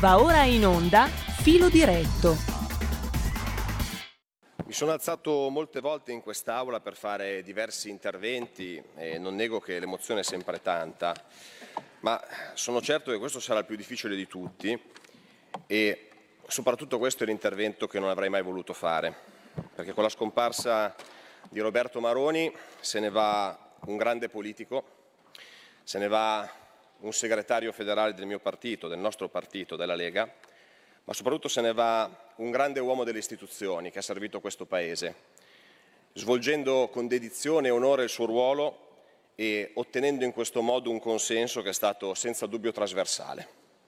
Va ora in onda Filo Diretto. Mi sono alzato molte volte in quest'Aula per fare diversi interventi e non nego che l'emozione è sempre tanta, ma sono certo che questo sarà il più difficile di tutti e soprattutto questo è l'intervento che non avrei mai voluto fare, perché con la scomparsa di Roberto Maroni se ne va un grande politico, se ne va un segretario federale del mio partito, del nostro partito, della Lega, ma soprattutto se ne va un grande uomo delle istituzioni che ha servito questo Paese, svolgendo con dedizione e onore il suo ruolo e ottenendo in questo modo un consenso che è stato senza dubbio trasversale.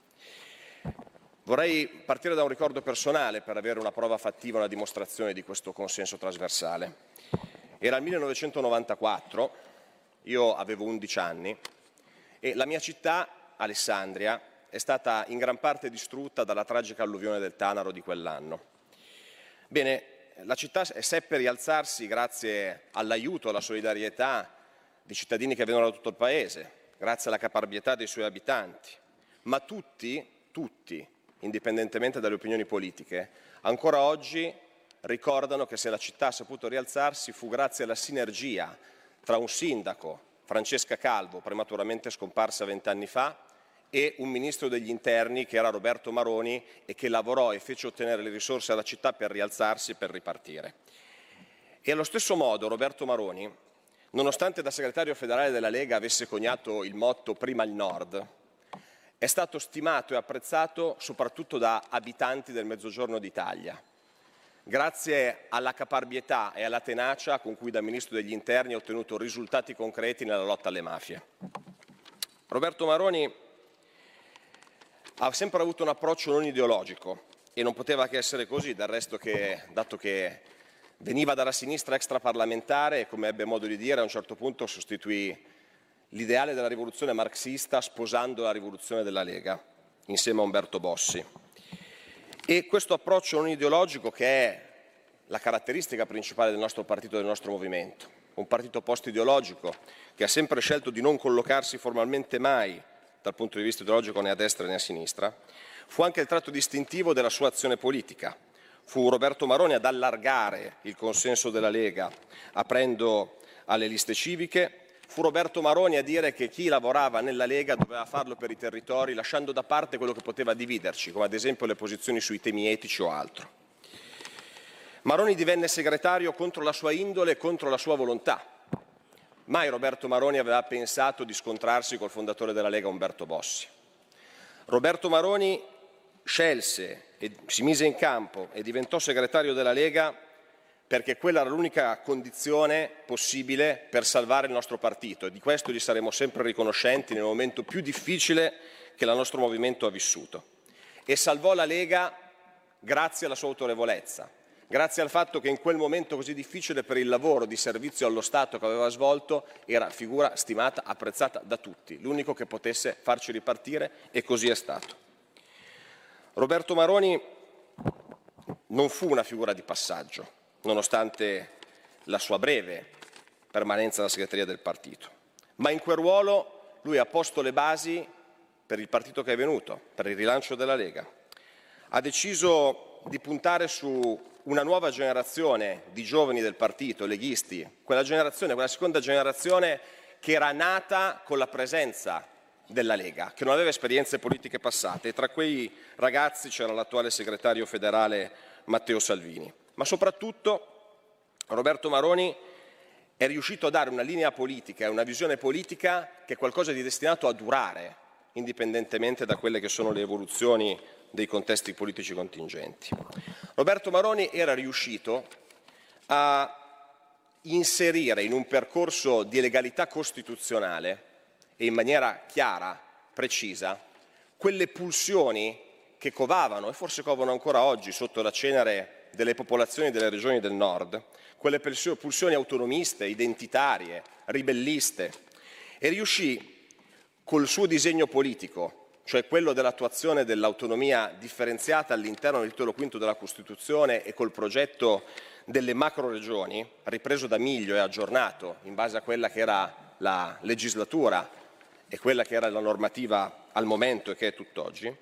Vorrei partire da un ricordo personale per avere una prova fattiva, una dimostrazione di questo consenso trasversale. Era il 1994, io avevo 11 anni e la mia città, Alessandria, è stata in gran parte distrutta dalla tragica alluvione del Tanaro di quell'anno. Bene, la città seppe rialzarsi grazie all'aiuto, alla solidarietà di cittadini che vengono da tutto il Paese, grazie alla caparbietà dei suoi abitanti. Ma tutti, indipendentemente dalle opinioni politiche, ancora oggi ricordano che se la città ha saputo rialzarsi fu grazie alla sinergia tra un sindaco, Francesca Calvo, prematuramente scomparsa 20 anni fa, e un ministro degli interni che era Roberto Maroni e che lavorò e fece ottenere le risorse alla città per rialzarsi e per ripartire. E allo stesso modo Roberto Maroni, nonostante da segretario federale della Lega avesse coniato il motto "Prima il Nord", è stato stimato e apprezzato soprattutto da abitanti del Mezzogiorno d'Italia, grazie alla caparbietà e alla tenacia con cui da Ministro degli Interni ha ottenuto risultati concreti nella lotta alle mafie. Roberto Maroni ha sempre avuto un approccio non ideologico e non poteva che essere così, del resto dato che veniva dalla sinistra extraparlamentare e, come ebbe modo di dire, a un certo punto sostituì l'ideale della rivoluzione marxista sposando la rivoluzione della Lega insieme a Umberto Bossi. E questo approccio non ideologico, che è la caratteristica principale del nostro partito e del nostro movimento, un partito post-ideologico che ha sempre scelto di non collocarsi formalmente mai dal punto di vista ideologico né a destra né a sinistra, fu anche il tratto distintivo della sua azione politica. Fu Roberto Maroni ad allargare il consenso della Lega aprendo alle liste civiche. Fu Roberto Maroni a dire che chi lavorava nella Lega doveva farlo per i territori, lasciando da parte quello che poteva dividerci, come ad esempio le posizioni sui temi etici o altro. Maroni divenne segretario contro la sua indole e contro la sua volontà. Mai Roberto Maroni aveva pensato di scontrarsi col fondatore della Lega, Umberto Bossi. Roberto Maroni scelse e si mise in campo e diventò segretario della Lega perché quella era l'unica condizione possibile per salvare il nostro partito e di questo gli saremo sempre riconoscenti nel momento più difficile che il nostro movimento ha vissuto. E salvò la Lega grazie alla sua autorevolezza, grazie al fatto che in quel momento così difficile per il lavoro di servizio allo Stato che aveva svolto era figura stimata, apprezzata da tutti, l'unico che potesse farci ripartire e così è stato. Roberto Maroni non fu una figura di passaggio, nonostante la sua breve permanenza alla segreteria del partito. Ma in quel ruolo lui ha posto le basi per il partito che è venuto, per il rilancio della Lega. Ha deciso di puntare su una nuova generazione di giovani del partito, leghisti, quella seconda generazione che era nata con la presenza della Lega, che non aveva esperienze politiche passate, e tra quei ragazzi c'era l'attuale segretario federale Matteo Salvini. Ma soprattutto Roberto Maroni è riuscito a dare una linea politica e una visione politica che è qualcosa di destinato a durare, indipendentemente da quelle che sono le evoluzioni dei contesti politici contingenti. Roberto Maroni era riuscito a inserire in un percorso di legalità costituzionale e in maniera chiara, precisa, quelle pulsioni che covavano e forse covano ancora oggi sotto la cenere delle popolazioni delle regioni del nord, quelle pulsioni autonomiste, identitarie, ribelliste, e riuscì col suo disegno politico, cioè quello dell'attuazione dell'autonomia differenziata all'interno del titolo V della Costituzione e col progetto delle macro-regioni, ripreso da Miglio e aggiornato in base a quella che era la legislatura e quella che era la normativa al momento e che è tutt'oggi,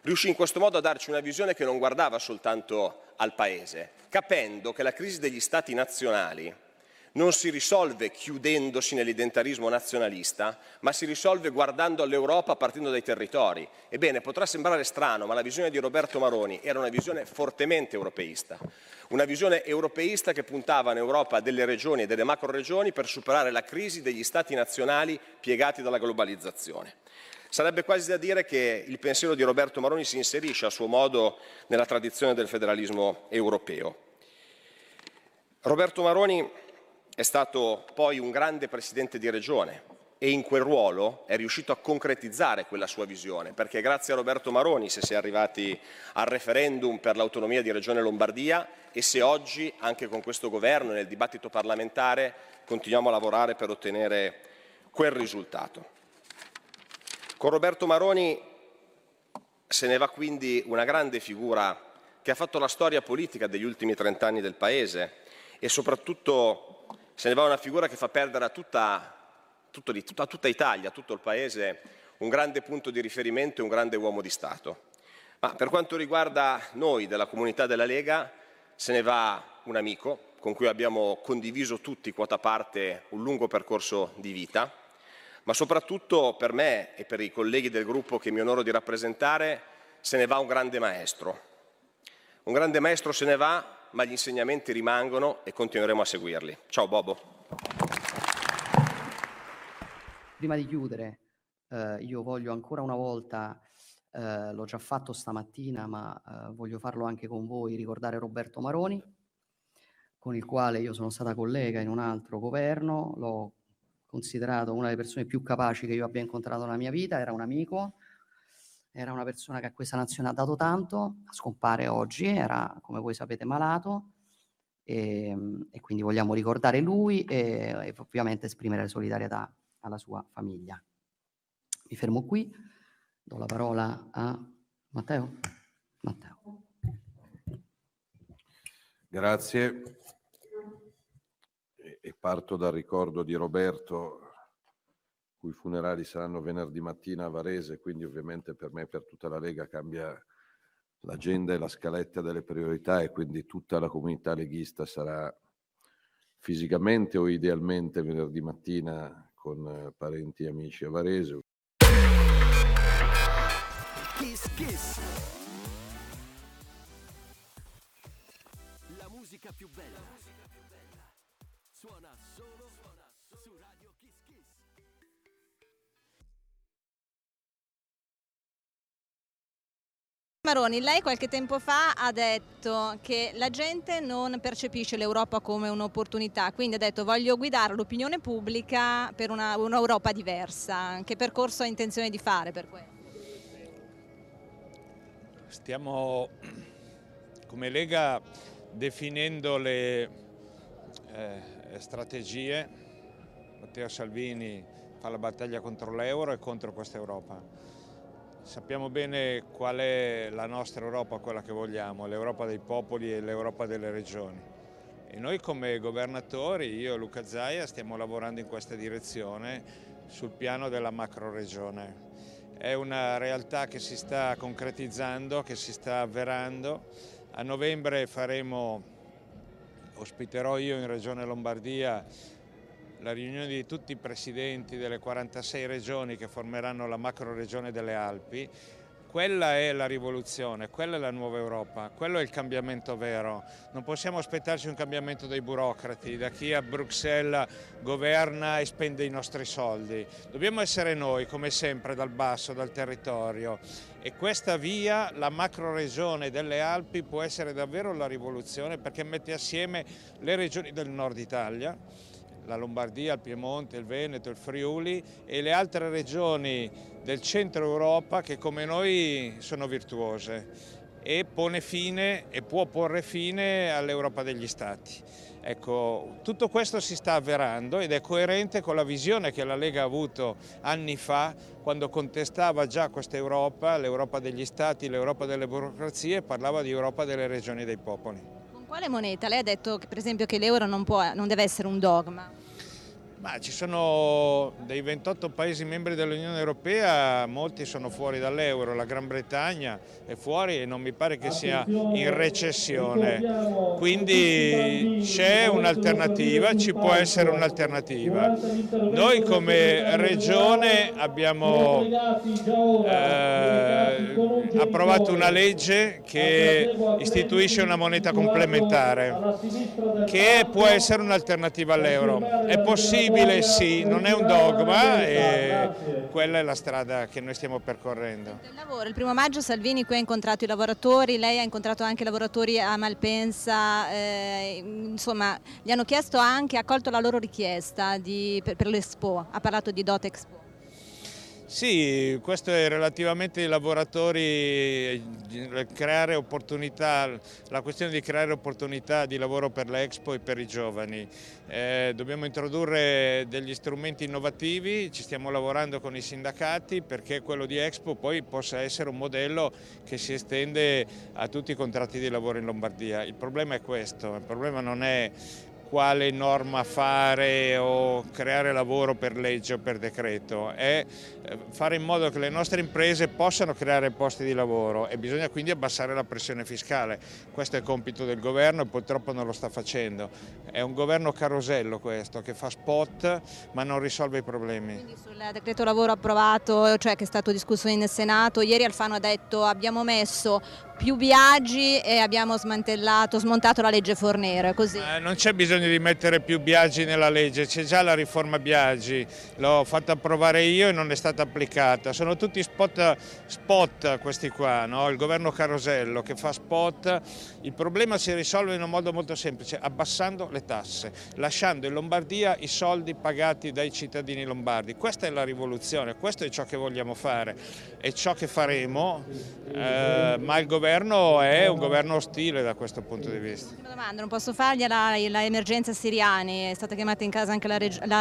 Riuscì in questo modo a darci una visione che non guardava soltanto al Paese, capendo che la crisi degli Stati nazionali non si risolve chiudendosi nell'identarismo nazionalista, ma si risolve guardando all'Europa partendo dai territori. Ebbene, potrà sembrare strano, ma la visione di Roberto Maroni era una visione fortemente europeista. Una visione europeista che puntava in Europa a delle regioni e delle macroregioni per superare la crisi degli Stati nazionali piegati dalla globalizzazione. Sarebbe quasi da dire che il pensiero di Roberto Maroni si inserisce a suo modo nella tradizione del federalismo europeo. Roberto Maroni è stato poi un grande presidente di regione e in quel ruolo è riuscito a concretizzare quella sua visione, perché grazie a Roberto Maroni si è arrivati al referendum per l'autonomia di Regione Lombardia e se oggi, anche con questo governo e nel dibattito parlamentare, continuiamo a lavorare per ottenere quel risultato. Con Roberto Maroni se ne va quindi una grande figura che ha fatto la storia politica degli ultimi 30 anni del Paese e soprattutto se ne va una figura che fa perdere a tutta Italia, a tutto il Paese, un grande punto di riferimento e un grande uomo di Stato. Ma per quanto riguarda noi della comunità della Lega, se ne va un amico con cui abbiamo condiviso tutti quota parte un lungo percorso di vita, ma soprattutto per me e per i colleghi del gruppo che mi onoro di rappresentare se ne va un grande maestro. Un grande maestro se ne va, ma gli insegnamenti rimangono e continueremo a seguirli. Ciao Bobo. Prima di chiudere, io voglio ancora una volta, l'ho già fatto stamattina, ma voglio farlo anche con voi, ricordare Roberto Maroni, con il quale io sono stata collega in un altro governo, l'ho considerato una delle persone più capaci che io abbia incontrato nella mia vita, era un amico, era una persona che a questa nazione ha dato tanto, scompare oggi, era come voi sapete malato e quindi vogliamo ricordare lui e ovviamente esprimere solidarietà alla sua famiglia. Mi fermo qui, do la parola a Matteo. Grazie. E parto dal ricordo di Roberto, cui funerali saranno venerdì mattina a Varese, quindi ovviamente per me e per tutta la Lega cambia l'agenda e la scaletta delle priorità e quindi tutta la comunità leghista sarà fisicamente o idealmente venerdì mattina con parenti e amici a Varese. Kiss Kiss. La musica più bella. Suona solo su Radio Kiss Kiss. Maroni, lei qualche tempo fa ha detto che la gente non percepisce l'Europa come un'opportunità, quindi ha detto voglio guidare l'opinione pubblica per un'Europa diversa. Che percorso ha intenzione di fare per questo? Stiamo come Lega definendo le strategie. Matteo Salvini fa la battaglia contro l'euro e contro questa Europa. Sappiamo bene qual è la nostra Europa, quella che vogliamo, l'Europa dei popoli e l'Europa delle regioni. E noi come governatori, io e Luca Zaia, stiamo lavorando in questa direzione sul piano della macroregione. È una realtà che si sta concretizzando, che si sta avverando. A novembre ospiterò io in Regione Lombardia la riunione di tutti i presidenti delle 46 regioni che formeranno la macro regione delle Alpi. Quella è la rivoluzione, quella è la nuova Europa, quello è il cambiamento vero. Non possiamo aspettarci un cambiamento dei burocrati, da chi a Bruxelles governa e spende i nostri soldi. Dobbiamo essere noi, come sempre, dal basso, dal territorio. E questa via, la macro regione delle Alpi, può essere davvero la rivoluzione perché mette assieme le regioni del nord Italia, la Lombardia, il Piemonte, il Veneto, il Friuli e le altre regioni del centro Europa che come noi sono virtuose e pone fine e può porre fine all'Europa degli Stati. Ecco, tutto questo si sta avverando ed è coerente con la visione che la Lega ha avuto anni fa quando contestava già questa Europa, l'Europa degli Stati, l'Europa delle burocrazie e parlava di Europa delle regioni e dei popoli. Quale moneta? Lei ha detto che, per esempio, che l'euro non deve essere un dogma. Ma ci sono dei 28 Paesi membri dell'Unione Europea, molti sono fuori dall'euro, la Gran Bretagna è fuori e non mi pare che sia in recessione, quindi c'è un'alternativa, ci può essere un'alternativa. Noi come Regione abbiamo approvato una legge che istituisce una moneta complementare, che può essere un'alternativa all'euro. È possibile? Sì, non è un dogma e quella è la strada che noi stiamo percorrendo. Il 1° maggio Salvini qui ha incontrato i lavoratori, lei ha incontrato anche i lavoratori a Malpensa, insomma gli hanno chiesto anche, ha accolto la loro richiesta per l'Expo, ha parlato di Dot Expo. Sì, questo è relativamente ai lavoratori, creare opportunità, la questione di creare opportunità di lavoro per l'Expo e per i giovani. Dobbiamo introdurre degli strumenti innovativi, ci stiamo lavorando con i sindacati perché quello di Expo poi possa essere un modello che si estende a tutti i contratti di lavoro in Lombardia. Il problema è questo, il problema non è quale norma fare o creare lavoro per legge o per decreto, è fare in modo che le nostre imprese possano creare posti di lavoro e bisogna quindi abbassare la pressione fiscale. Questo è il compito del governo e purtroppo non lo sta facendo. È un governo carosello questo, che fa spot ma non risolve i problemi. Quindi sul decreto lavoro approvato, cioè che è stato discusso in Senato, ieri Alfano ha detto abbiamo messo più viaggi e abbiamo smontato la legge Fornero, è così? Non c'è bisogno di mettere più Biagi nella legge, c'è già la riforma Biagi, l'ho fatta approvare io e non è stata applicata. Sono tutti spot questi qua, no? Il governo carosello che fa spot. Il problema si risolve in un modo molto semplice, abbassando le tasse, lasciando in Lombardia i soldi pagati dai cittadini lombardi. Questa è la rivoluzione, questo è ciò che vogliamo fare, è ciò che faremo, ma il governo è un governo ostile da questo punto di vista. Ultima domanda, non posso fargliela, l'emergenza siriani, è stata chiamata in causa anche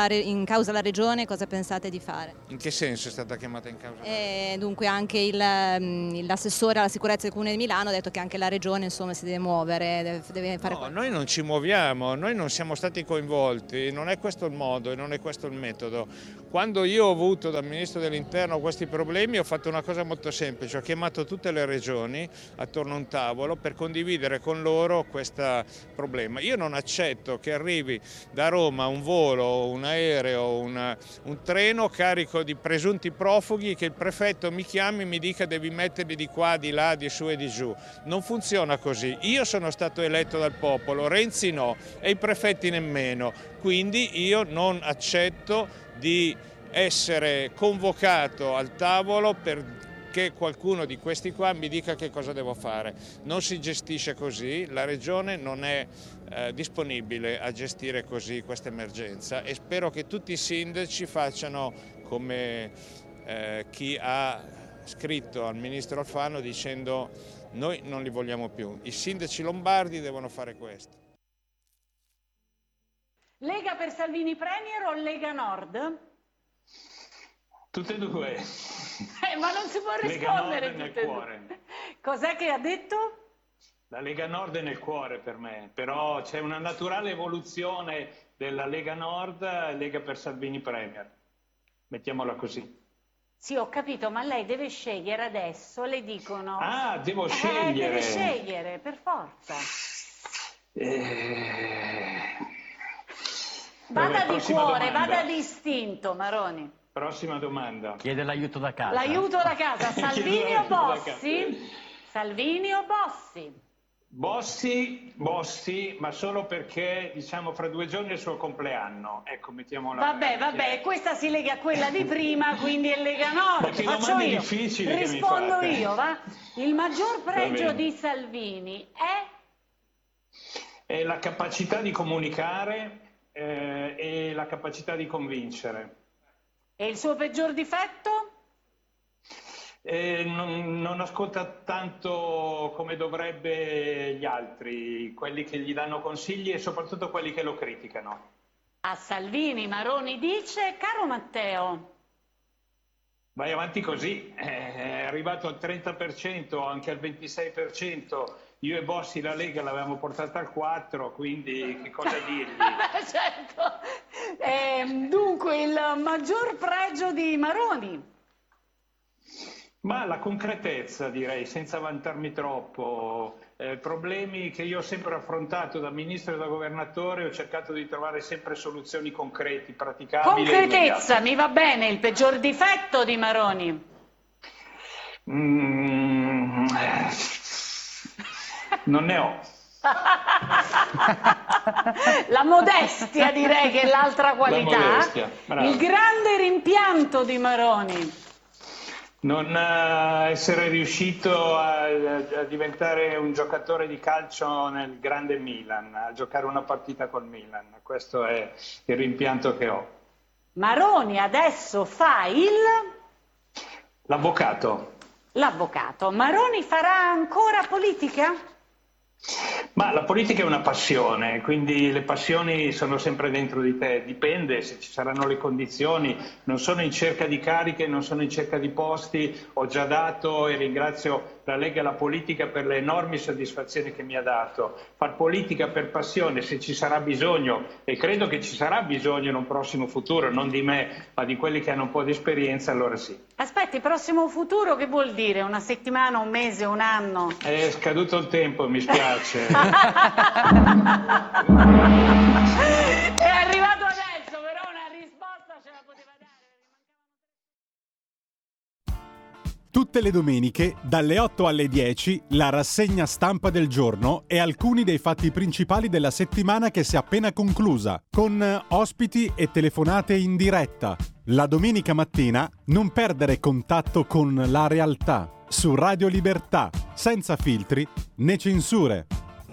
la regione, cosa pensate di fare? In che senso è stata chiamata in causa? Dunque anche l'assessore alla sicurezza del Comune di Milano ha detto che anche la regione insomma si deve muovere, deve fare qualcosa. Noi non ci muoviamo, noi non siamo stati coinvolti, non è questo il modo e non è questo il metodo. Quando io ho avuto dal Ministro dell'Interno questi problemi ho fatto una cosa molto semplice, ho chiamato tutte le regioni attorno a un tavolo per condividere con loro questo problema. Io non accetto che arrivi da Roma un volo, un aereo, un treno carico di presunti profughi, che il prefetto mi chiami e mi dica devi metterli di qua, di là, di su e di giù. Non funziona così. Io sono stato eletto dal popolo, Renzi no e i prefetti nemmeno, quindi io non accetto di essere convocato al tavolo perché qualcuno di questi qua mi dica che cosa devo fare. Non si gestisce così, la Regione non è disponibile a gestire così questa emergenza e spero che tutti i sindaci facciano come chi ha scritto al Ministro Alfano dicendo noi non li vogliamo più. I sindaci lombardi devono fare questo. Lega per Salvini Premier o Lega Nord? Tutte e due. Ma non si può rispondere tutte e due. Cos'è che ha detto? La Lega Nord è nel cuore per me, però c'è una naturale evoluzione della Lega Nord, Lega per Salvini Premier. Mettiamola così. Sì, ho capito, ma lei deve scegliere adesso, le dicono... Ah, devo scegliere. Deve scegliere, per forza. Vada di cuore, vada di istinto, Maroni. Prossima domanda. Chiede l'aiuto da casa. L'aiuto da casa, Salvini o Bossi? Salvini o Bossi? Bossi, ma solo perché, diciamo, fra 2 giorni è il suo compleanno. Ecco, mettiamola. Vabbè, questa si lega a quella di prima, quindi è Lega Nord. Ma che faccio io. Difficili rispondo che mi fate. Io, va? Il maggior pregio di Salvini è la capacità di comunicare e la capacità di convincere. E il suo peggior difetto? Non ascolta tanto come dovrebbe gli altri, quelli che gli danno consigli e soprattutto quelli che lo criticano. A Salvini Maroni dice: caro Matteo, vai avanti così, è arrivato al 30%, anche al 26% Io e Bossi la Lega l'avevamo portata al 4, quindi che cosa dirgli? Certo. Dunque, il maggior pregio di Maroni? Ma la concretezza, direi, senza vantarmi troppo. Problemi che io ho sempre affrontato da ministro e da governatore, ho cercato di trovare sempre soluzioni concreti, praticabili. Concretezza, mi va bene. Il peggior difetto di Maroni? Non ne ho. La modestia, direi che è l'altra qualità. La modestia, bravo. Il grande rimpianto di Maroni? Non essere riuscito a diventare un giocatore di calcio nel grande Milan, a giocare una partita col Milan. Questo è il rimpianto che ho. Maroni adesso fa l'avvocato. L'avvocato. Maroni farà ancora politica? Ma la politica è una passione, quindi le passioni sono sempre dentro di te, dipende se ci saranno le condizioni. Non sono in cerca di cariche, non sono in cerca di posti, ho già dato e ringrazio la Lega e la politica per le enormi soddisfazioni che mi ha dato. Far politica per passione, se ci sarà bisogno, e credo che ci sarà bisogno in un prossimo futuro, non di me, ma di quelli che hanno un po' di esperienza, allora sì. Aspetti, prossimo futuro che vuol dire? Una settimana, un mese, un anno? È scaduto il tempo, mi spiace. È arrivato adesso, però una risposta ce la poteva dare. Tutte le domeniche, dalle 8 alle 10, la rassegna stampa del giorno e alcuni dei fatti principali della settimana che si è appena conclusa, con ospiti e telefonate in diretta. La domenica mattina non perdere contatto con la realtà, su Radio Libertà, senza filtri né censure.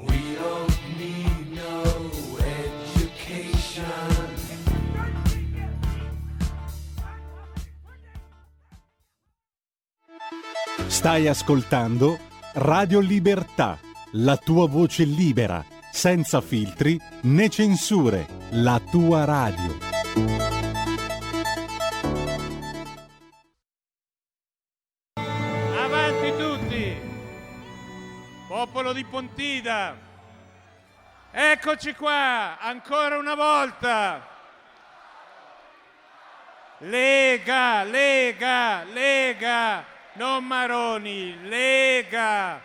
Stai ascoltando Radio Libertà, la tua voce libera, senza filtri né censure, la tua radio. Avanti tutti! Popolo di Pontida! Eccoci qua, ancora una volta! Lega, Lega, Lega! Non Maroni, Lega!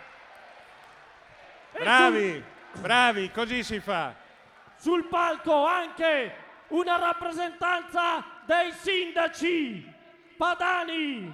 Bravi, bravi, così si fa. Sul palco anche una rappresentanza dei sindaci padani.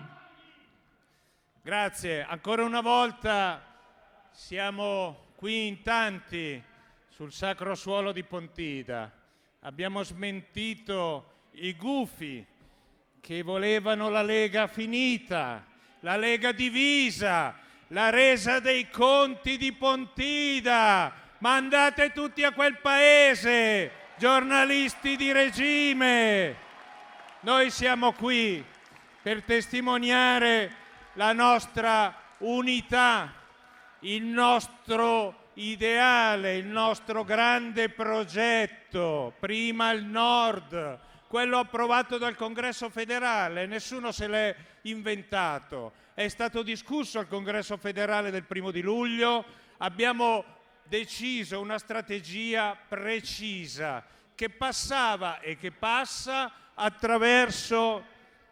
Grazie, ancora una volta siamo qui in tanti sul sacro suolo di Pontida. Abbiamo smentito i gufi che volevano la Lega finita, la Lega divisa, la resa dei conti di Pontida. Ma andate tutti a quel paese, giornalisti di regime. Noi siamo qui per testimoniare la nostra unità, il nostro ideale, il nostro grande progetto. Prima il Nord, quello approvato dal Congresso federale, nessuno se l'è inventato. È stato discusso al Congresso federale del 1° di luglio, abbiamo deciso una strategia precisa che passava e che passa attraverso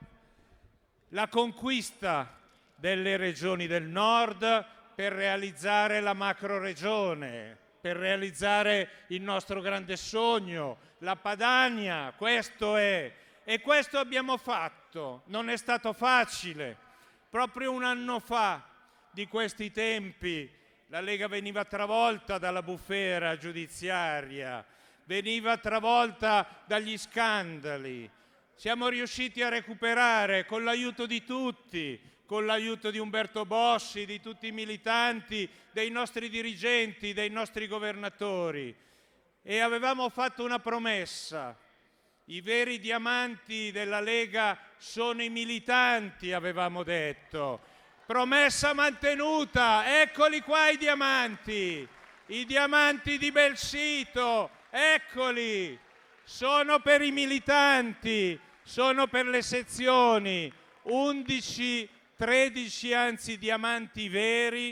la conquista delle regioni del Nord per realizzare la macroregione, per realizzare il nostro grande sogno, la Padania. Questo è, e questo abbiamo fatto. Non è stato facile. Proprio un anno fa di questi tempi la Lega veniva travolta dalla bufera giudiziaria, veniva travolta dagli scandali. Siamo riusciti a recuperare con l'aiuto di tutti, con l'aiuto di Umberto Bossi, di tutti i militanti, dei nostri dirigenti, dei nostri governatori. E avevamo fatto una promessa: i veri diamanti della Lega sono i militanti, avevamo detto. Promessa mantenuta, eccoli qua i diamanti di Belsito, eccoli, sono per i militanti, sono per le sezioni, 11, 13 anzi diamanti veri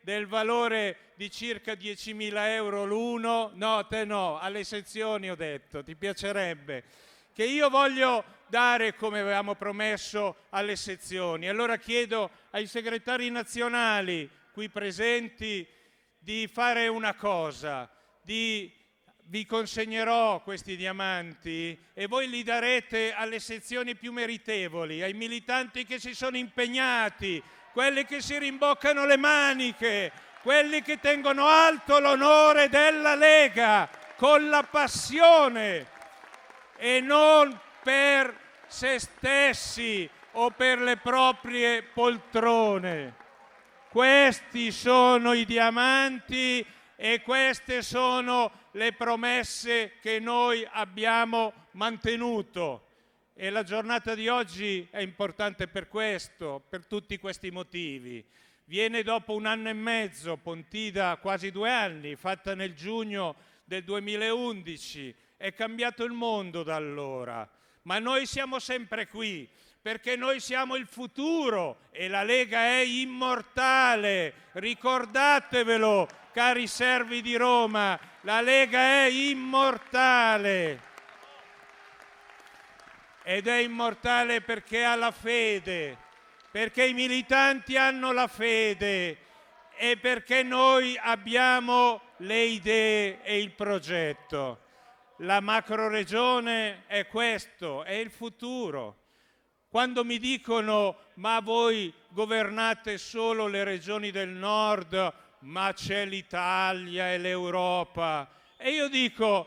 del valore di circa 10.000 euro l'uno, no, te no, alle sezioni ho detto, ti piacerebbe, che io voglio dare come avevamo promesso alle sezioni. Allora chiedo ai segretari nazionali qui presenti di fare una cosa, vi consegnerò questi diamanti e voi li darete alle sezioni più meritevoli, ai militanti che si sono impegnati, quelli che si rimboccano le maniche, quelli che tengono alto l'onore della Lega con la passione e non per se stessi o per le proprie poltrone. Questi sono i diamanti e queste sono le promesse che noi abbiamo mantenuto. E la giornata di oggi è importante per questo, per tutti questi motivi. Viene dopo 1 anno e mezzo, Pontida quasi 2 anni, fatta nel giugno del 2011. È cambiato il mondo da allora, ma noi siamo sempre qui, perché noi siamo il futuro e la Lega è immortale. Ricordatevelo, cari servi di Roma, la Lega è immortale. Ed è immortale perché ha la fede, perché i militanti hanno la fede e perché noi abbiamo le idee e il progetto. La macroregione è questo, è il futuro. Quando mi dicono ma voi governate solo le regioni del nord, ma c'è l'Italia e l'Europa, e io dico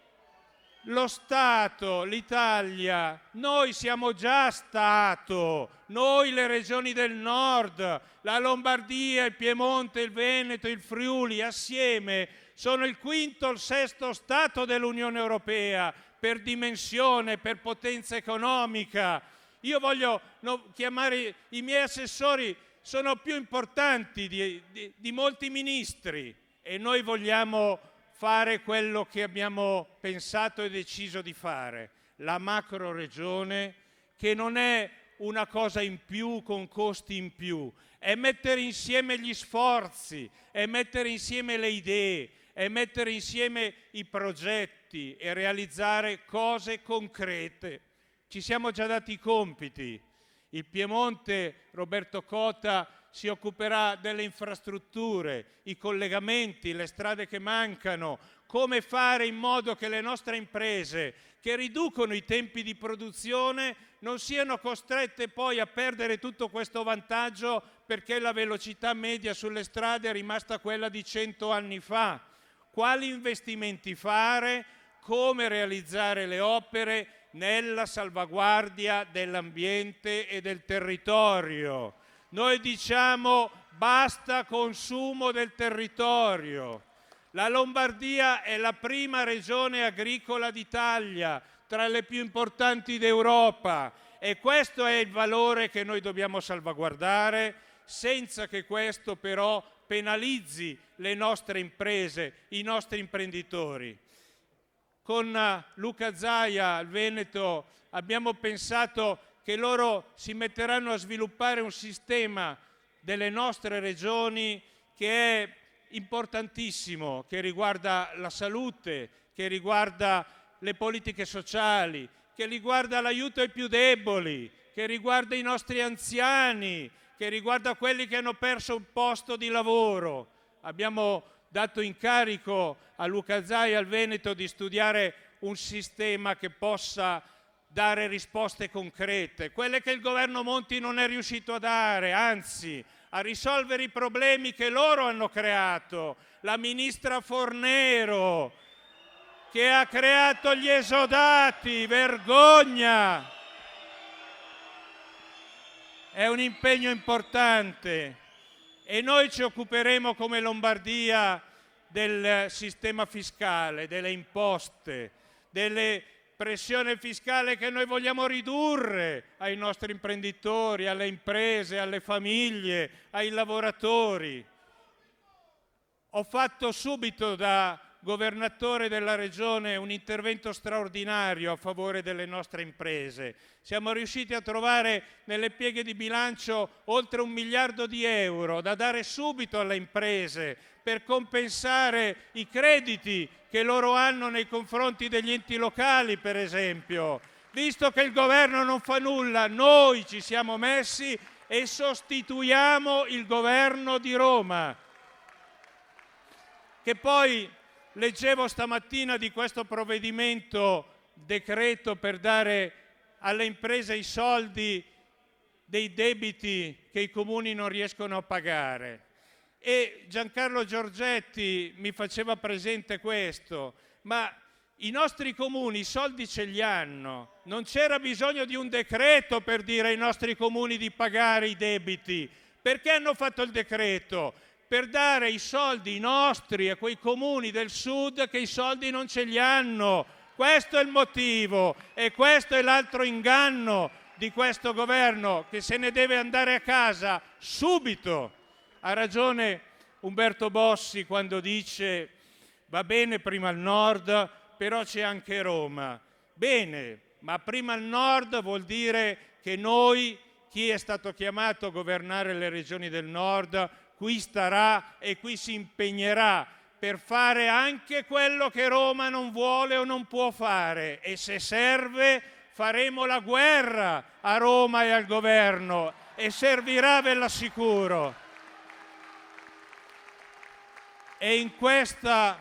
lo Stato, l'Italia, noi siamo già Stato, noi le regioni del nord, la Lombardia, il Piemonte, il Veneto, il Friuli, assieme sono il quinto o il sesto Stato dell'Unione Europea per dimensione, per potenza economica. Io voglio chiamare i miei assessori, sono più importanti di molti ministri e noi vogliamo fare quello che abbiamo pensato e deciso di fare, la macroregione, che non è una cosa in più con costi in più, è mettere insieme gli sforzi, è mettere insieme le idee, è mettere insieme i progetti e realizzare cose concrete. Ci siamo già dati i compiti. Il Piemonte, Roberto Cota, si occuperà delle infrastrutture, i collegamenti, le strade che mancano, come fare in modo che le nostre imprese, che riducono i tempi di produzione, non siano costrette poi a perdere tutto questo vantaggio perché la velocità media sulle strade è rimasta quella di 100 anni fa. Quali investimenti fare, come realizzare le opere nella salvaguardia dell'ambiente e del territorio. Noi diciamo basta consumo del territorio. La Lombardia è la prima regione agricola d'Italia, tra le più importanti d'Europa, e questo è il valore che noi dobbiamo salvaguardare, senza che questo però penalizzi le nostre imprese, i nostri imprenditori. Con Luca Zaia al Veneto abbiamo pensato che loro si metteranno a sviluppare un sistema delle nostre regioni che è importantissimo, che riguarda la salute, che riguarda le politiche sociali, che riguarda l'aiuto ai più deboli, che riguarda i nostri anziani, che riguarda quelli che hanno perso un posto di lavoro. Abbiamo dato incarico a Luca Zaia al Veneto di studiare un sistema che possa dare risposte concrete, quelle che il governo Monti non è riuscito a dare, anzi a risolvere i problemi che loro hanno creato. La ministra Fornero, che ha creato gli esodati, vergogna! È un impegno importante e noi ci occuperemo come Lombardia del sistema fiscale, delle imposte, delle pressione fiscale che noi vogliamo ridurre ai nostri imprenditori, alle imprese, alle famiglie, ai lavoratori. Ho fatto subito da governatore della regione un intervento straordinario a favore delle nostre imprese. Siamo riusciti a trovare nelle pieghe di bilancio oltre 1 miliardo di euro da dare subito alle imprese per compensare i crediti che loro hanno nei confronti degli enti locali, per esempio. Visto che il governo non fa nulla, noi ci siamo messi e sostituiamo il governo di Roma. Che poi leggevo stamattina di questo provvedimento, decreto per dare alle imprese i soldi dei debiti che i comuni non riescono a pagare. E Giancarlo Giorgetti mi faceva presente questo, ma i nostri comuni i soldi ce li hanno, non c'era bisogno di un decreto per dire ai nostri comuni di pagare i debiti. Perché hanno fatto il decreto? Per dare i soldi nostri a quei comuni del sud che i soldi non ce li hanno. Questo è il motivo e questo è l'altro inganno di questo governo, che se ne deve andare a casa subito. Ha ragione Umberto Bossi quando dice va bene prima il nord, però c'è anche Roma. Bene, ma prima il nord vuol dire che noi, chi è stato chiamato a governare le regioni del nord, qui starà e qui si impegnerà per fare anche quello che Roma non vuole o non può fare, e se serve faremo la guerra a Roma e al governo, e servirà, ve l'assicuro. E in questa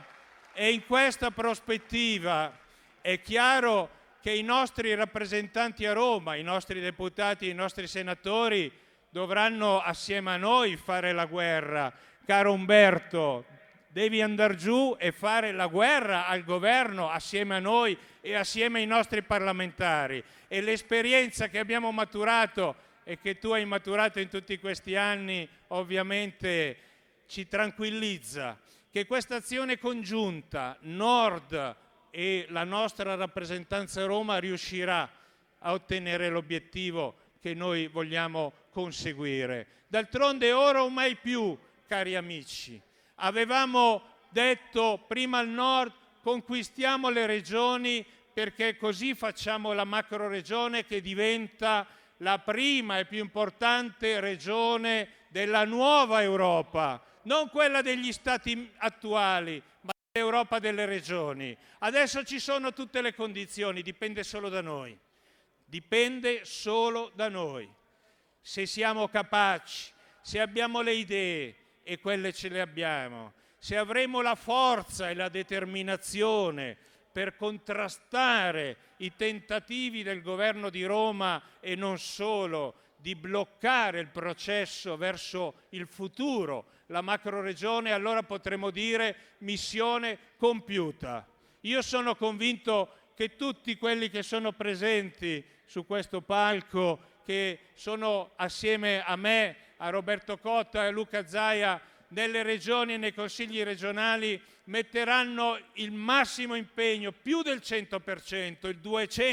prospettiva è chiaro che i nostri rappresentanti a Roma, i nostri deputati, i nostri senatori dovranno assieme a noi fare la guerra. Caro Umberto, devi andare giù e fare la guerra al governo assieme a noi e assieme ai nostri parlamentari. E l'esperienza che abbiamo maturato e che tu hai maturato in tutti questi anni ovviamente ci tranquillizza, che questa azione congiunta Nord e la nostra rappresentanza a Roma riuscirà a ottenere l'obiettivo che noi vogliamo conseguire. D'altronde ora o mai più, cari amici. Avevamo detto prima al nord conquistiamo le regioni, perché così facciamo la macro regione che diventa la prima e più importante regione della nuova Europa, non quella degli stati attuali, ma l'Europa delle regioni. Adesso ci sono tutte le condizioni, dipende solo da noi. Dipende solo da noi. Se siamo capaci, se abbiamo le idee, e quelle ce le abbiamo, se avremo la forza e la determinazione per contrastare i tentativi del governo di Roma e non solo, di bloccare il processo verso il futuro, la macroregione, allora potremo dire missione compiuta. Io sono convinto che tutti quelli che sono presenti su questo palco, che sono assieme a me, a Roberto Cotta e a Luca Zaia, nelle regioni e nei consigli regionali, metteranno il massimo impegno, più del 100%, il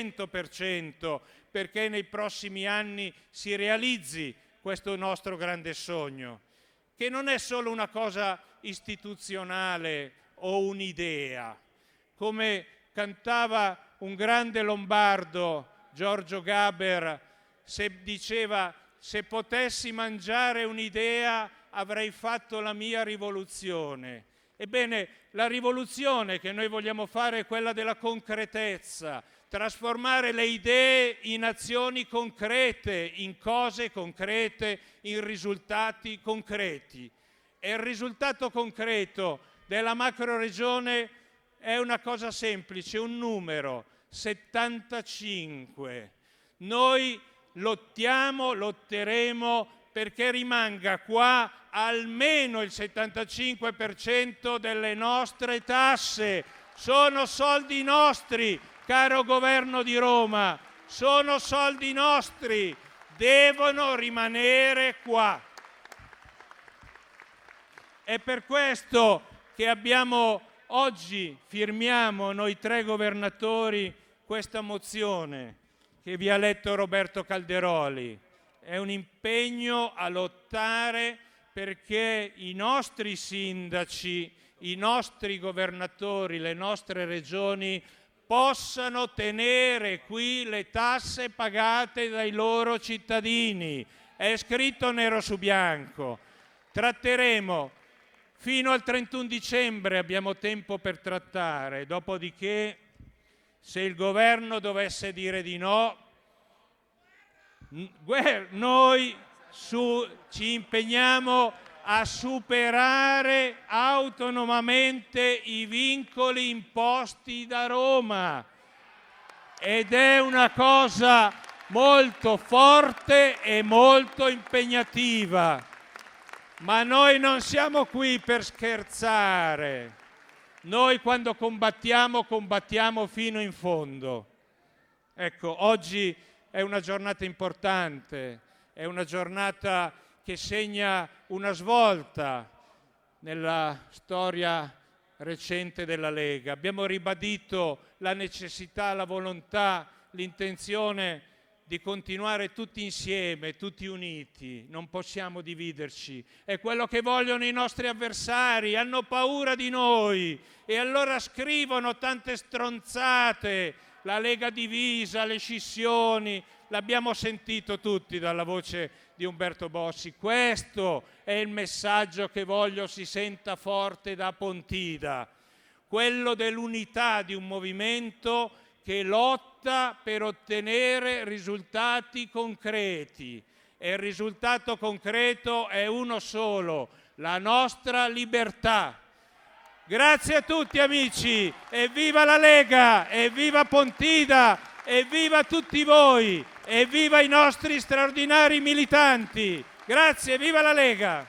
200%, perché nei prossimi anni si realizzi questo nostro grande sogno, che non è solo una cosa istituzionale o un'idea. Come cantava un grande lombardo, Giorgio Gaber, diceva: se potessi mangiare un'idea avrei fatto la mia rivoluzione. Ebbene, la rivoluzione che noi vogliamo fare è quella della concretezza, trasformare le idee in azioni concrete, in cose concrete, in risultati concreti. E il risultato concreto della macroregione è una cosa semplice, un numero, 75. Noi lotteremo perché rimanga qua almeno il 75% delle nostre tasse. Sono soldi nostri, caro governo di Roma, sono soldi nostri, devono rimanere qua. È per questo che oggi firmiamo noi 3 governatori questa mozione che vi ha letto Roberto Calderoli. È un impegno a lottare perché i nostri sindaci, i nostri governatori, le nostre regioni possano tenere qui le tasse pagate dai loro cittadini. È scritto nero su bianco. Tratteremo fino al 31 dicembre, abbiamo tempo per trattare, dopodiché se il governo dovesse dire di no, noi ci impegniamo a superare autonomamente i vincoli imposti da Roma, ed è una cosa molto forte e molto impegnativa. Ma noi non siamo qui per scherzare. Noi quando combattiamo fino in fondo. Ecco, oggi è una giornata importante, è una giornata che segna una svolta nella storia recente della Lega. Abbiamo ribadito la necessità, la volontà, l'intenzione di continuare tutti insieme, tutti uniti. Non possiamo dividerci. È quello che vogliono i nostri avversari, hanno paura di noi e allora scrivono tante stronzate. La Lega divisa, le scissioni, l'abbiamo sentito tutti dalla voce di Umberto Bossi. Questo è il messaggio che voglio si senta forte da Pontida, quello dell'unità di un movimento che lotta per ottenere risultati concreti. E il risultato concreto è uno solo: la nostra libertà. Grazie a tutti amici, e viva la Lega, e viva Pontida, e viva tutti voi, e viva i nostri straordinari militanti. Grazie, viva la Lega!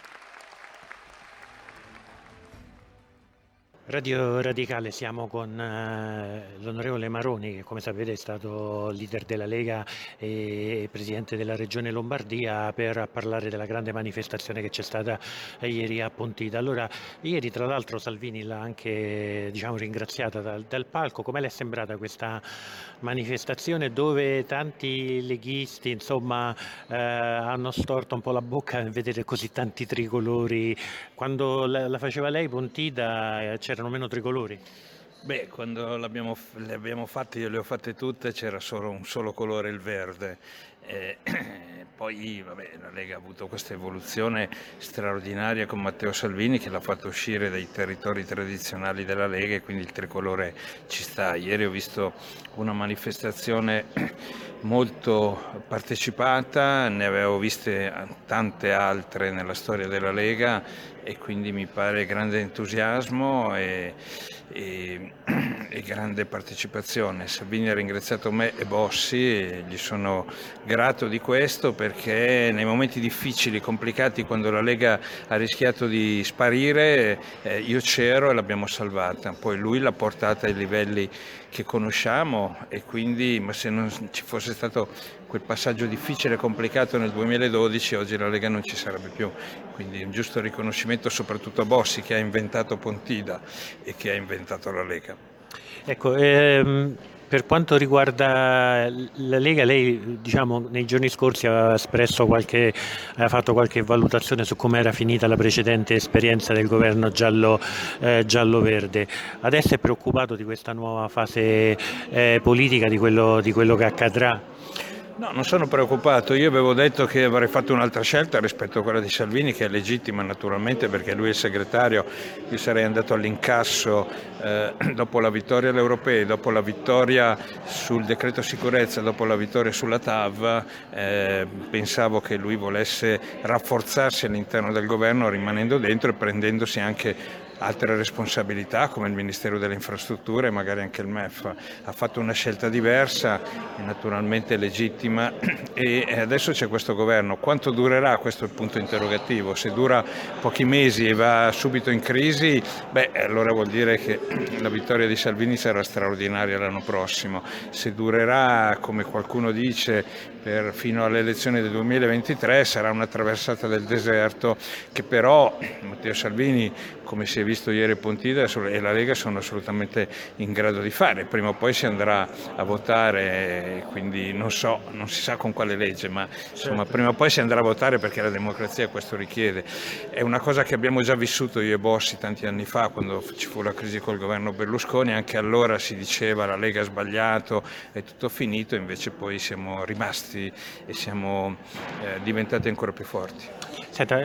Radio Radicale, siamo con l'onorevole Maroni, che come sapete è stato leader della Lega e presidente della Regione Lombardia, per parlare della grande manifestazione che c'è stata ieri a Pontida. Allora, ieri tra l'altro Salvini l'ha anche ringraziata dal palco. Come le è sembrata questa manifestazione dove tanti leghisti hanno storto un po' la bocca a vedere così tanti tricolori? Quando la faceva lei Pontida c'erano meno tricolori? Beh, quando le abbiamo fatte, io le ho fatte tutte, c'era solo un solo colore, il verde. Poi la Lega ha avuto questa evoluzione straordinaria con Matteo Salvini, che l'ha fatto uscire dai territori tradizionali della Lega, e quindi il tricolore ci sta. Ieri ho visto una manifestazione molto partecipata, ne avevo viste tante altre nella storia della Lega, e quindi mi pare grande entusiasmo e grande partecipazione. Salvini ha ringraziato me e Bossi, e gli sono grato di questo, perché nei momenti difficili, complicati, quando la Lega ha rischiato di sparire, io c'ero e l'abbiamo salvata. Poi lui l'ha portata ai livelli che conosciamo, e quindi, ma se non ci fosse stato quel passaggio difficile e complicato nel 2012, oggi la Lega non ci sarebbe più. Quindi un giusto riconoscimento soprattutto a Bossi, che ha inventato Pontida e che ha inventato la Lega. Ecco, per quanto riguarda la Lega, lei nei giorni scorsi aveva fatto qualche valutazione su come era finita la precedente esperienza del governo giallo-verde. Adesso è preoccupato di questa nuova fase politica, di quello che accadrà? No, non sono preoccupato. Io avevo detto che avrei fatto un'altra scelta rispetto a quella di Salvini, che è legittima naturalmente perché lui è il segretario. Io sarei andato all'incasso dopo la vittoria alle europee, dopo la vittoria sul decreto sicurezza, dopo la vittoria sulla TAV. Pensavo che lui volesse rafforzarsi all'interno del governo, rimanendo dentro e prendendosi anche altre responsabilità come il Ministero delle Infrastrutture e magari anche il MEF. Ha fatto una scelta diversa, naturalmente legittima, e adesso c'è questo governo. Quanto durerà? Questo è il punto interrogativo. Se dura pochi mesi e va subito in crisi, allora vuol dire che la vittoria di Salvini sarà straordinaria l'anno prossimo. Se durerà, come qualcuno dice, fino alle elezioni del 2023, sarà una traversata del deserto, che però Matteo Salvini, come si è visto visto ieri Pontida e la Lega sono assolutamente in grado di fare. Prima o poi si andrà a votare, quindi non si sa con quale legge, ma insomma prima o poi si andrà a votare perché la democrazia questo richiede. È una cosa che abbiamo già vissuto io e Bossi tanti anni fa, quando ci fu la crisi col governo Berlusconi. Anche allora si diceva la Lega ha sbagliato, è tutto finito, invece poi siamo rimasti e siamo diventati ancora più forti. Senta,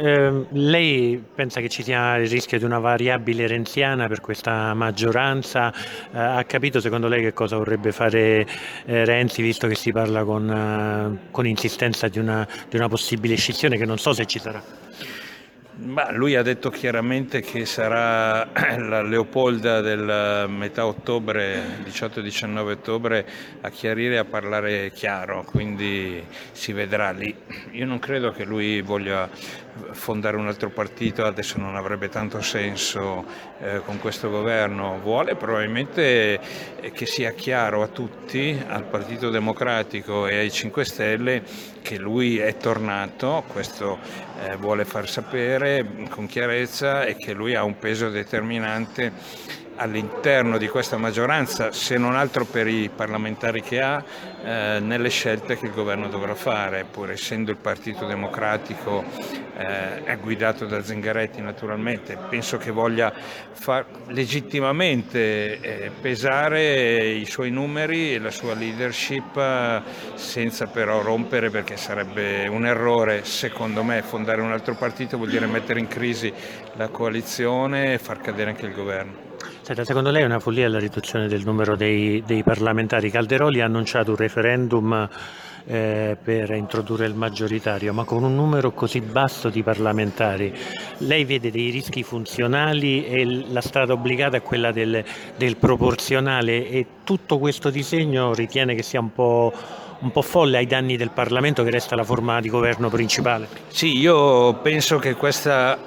lei pensa che ci sia il rischio di una variabile renziana per questa maggioranza? Ha capito secondo lei che cosa vorrebbe fare Renzi, visto che si parla con insistenza di una possibile scissione che non so se ci sarà? Ma lui ha detto chiaramente che sarà la Leopolda del metà ottobre, 18-19 ottobre, a chiarire e a parlare chiaro, quindi si vedrà lì. Io non credo che lui voglia fondare un altro partito, adesso non avrebbe tanto senso con questo governo. Vuole probabilmente che sia chiaro a tutti, al Partito Democratico e ai 5 Stelle, che lui è tornato, questo vuole far sapere con chiarezza, e che lui ha un peso determinante all'interno di questa maggioranza, se non altro per i parlamentari che ha, nelle scelte che il governo dovrà fare, pur essendo il Partito Democratico è guidato da Zingaretti naturalmente. Penso che voglia far legittimamente pesare i suoi numeri e la sua leadership, senza però rompere, perché sarebbe un errore secondo me. Fondare un altro partito vuol dire mettere in crisi la coalizione e far cadere anche il governo. Senta, secondo lei è una follia la riduzione del numero dei parlamentari? Calderoli ha annunciato un referendum per introdurre il maggioritario, ma con un numero così basso di parlamentari lei vede dei rischi funzionali e la strada obbligata è quella del proporzionale, e tutto questo disegno ritiene che sia un po' folle ai danni del Parlamento, che resta la forma di governo principale? Sì, io penso che questa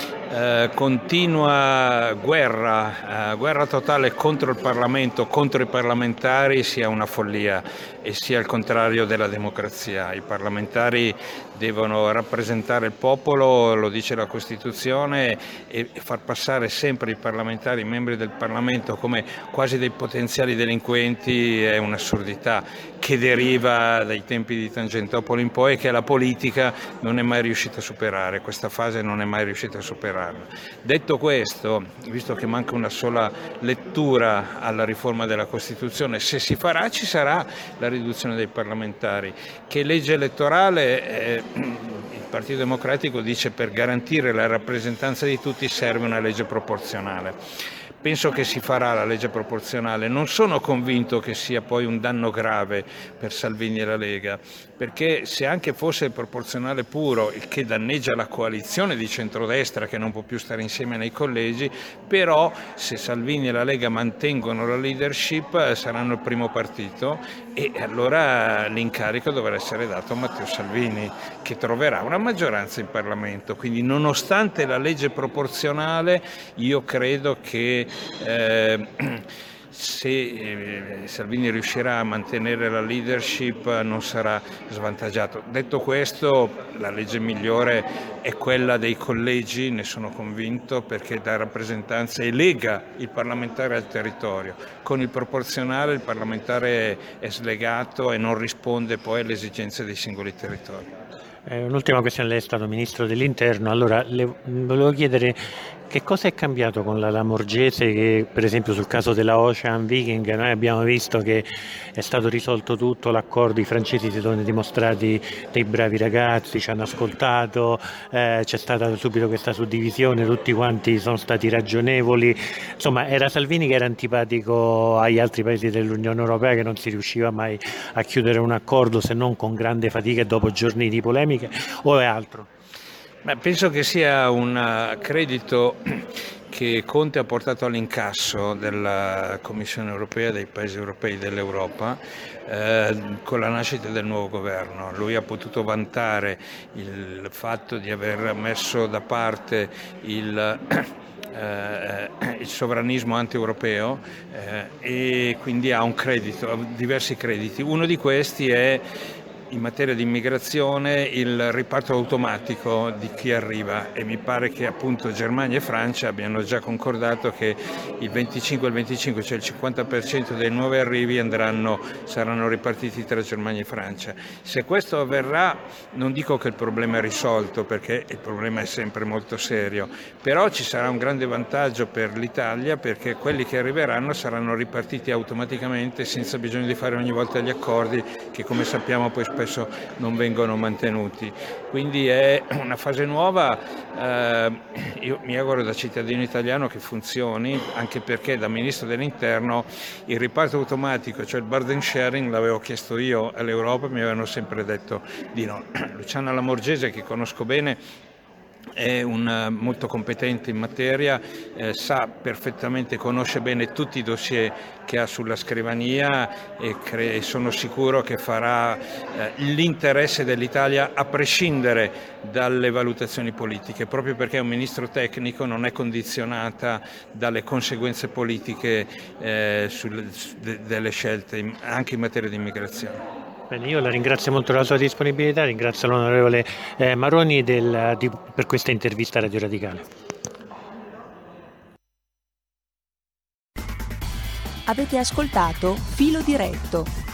continua guerra totale contro il Parlamento, contro i parlamentari, sia una follia e sia il contrario della democrazia. I parlamentari devono rappresentare il popolo, lo dice la Costituzione, e far passare sempre i parlamentari, i membri del Parlamento, come quasi dei potenziali delinquenti è un'assurdità che deriva dai tempi di Tangentopoli in poi, e che la politica non è mai riuscita a superare. Questa fase non è mai riuscita a superarla. Detto questo, visto che manca una sola lettura alla riforma della Costituzione, se si farà ci sarà la riduzione dei parlamentari. Che legge elettorale? Il Partito Democratico dice per garantire la rappresentanza di tutti serve una legge proporzionale. Penso che si farà la legge proporzionale. Non sono convinto che sia poi un danno grave per Salvini e la Lega, perché se anche fosse il proporzionale puro, il che danneggia la coalizione di centrodestra che non può più stare insieme nei collegi, però se Salvini e la Lega mantengono la leadership saranno il primo partito, e allora l'incarico dovrà essere dato a Matteo Salvini, che troverà una maggioranza in Parlamento. Quindi nonostante la legge proporzionale, io credo che se Salvini riuscirà a mantenere la leadership non sarà svantaggiato. Detto questo, la legge migliore è quella dei collegi, ne sono convinto, perché dà rappresentanza e lega il parlamentare al territorio. Con il proporzionale il parlamentare è slegato e non risponde poi alle esigenze dei singoli territori. Un'ultima questione, lei è stato Ministro dell'Interno, allora le volevo chiedere che cosa è cambiato con la Lamorgese, che per esempio sul caso della Ocean Viking noi abbiamo visto che è stato risolto tutto, l'accordo, i francesi si sono dimostrati dei bravi ragazzi, ci hanno ascoltato, c'è stata subito questa suddivisione, tutti quanti sono stati ragionevoli, insomma era Salvini che era antipatico agli altri paesi dell'Unione Europea, che non si riusciva mai a chiudere un accordo se non con grande fatica e dopo giorni di polemiche, o è altro? Penso che sia un credito che Conte ha portato all'incasso della Commissione europea, dei paesi europei dell'Europa, con la nascita del nuovo governo. Lui ha potuto vantare il fatto di aver messo da parte il sovranismo anti-europeo, e quindi ha un credito, ha diversi crediti. Uno di questi è in materia di immigrazione il riparto automatico di chi arriva, e mi pare che appunto Germania e Francia abbiano già concordato che il 25 al 25, cioè il 50% dei nuovi arrivi saranno ripartiti tra Germania e Francia. Se questo avverrà, non dico che il problema è risolto, perché il problema è sempre molto serio, però ci sarà un grande vantaggio per l'Italia, perché quelli che arriveranno saranno ripartiti automaticamente senza bisogno di fare ogni volta gli accordi che, come sappiamo, poi spesso non vengono mantenuti. Quindi è una fase nuova, io mi auguro da cittadino italiano che funzioni, anche perché da Ministro dell'Interno il riparto automatico, cioè il burden sharing, l'avevo chiesto io all'Europa e mi avevano sempre detto di no. Luciana Lamorgese, che conosco bene, è molto competente in materia, sa perfettamente, conosce bene tutti i dossier che ha sulla scrivania e sono sicuro che farà l'interesse dell'Italia a prescindere dalle valutazioni politiche, proprio perché un ministro tecnico non è condizionata dalle conseguenze politiche delle scelte, anche in materia di immigrazione. Bene, io la ringrazio molto per la sua disponibilità, ringrazio l'onorevole Maroni per questa intervista a Radio Radicale. Avete ascoltato Filo Diretto.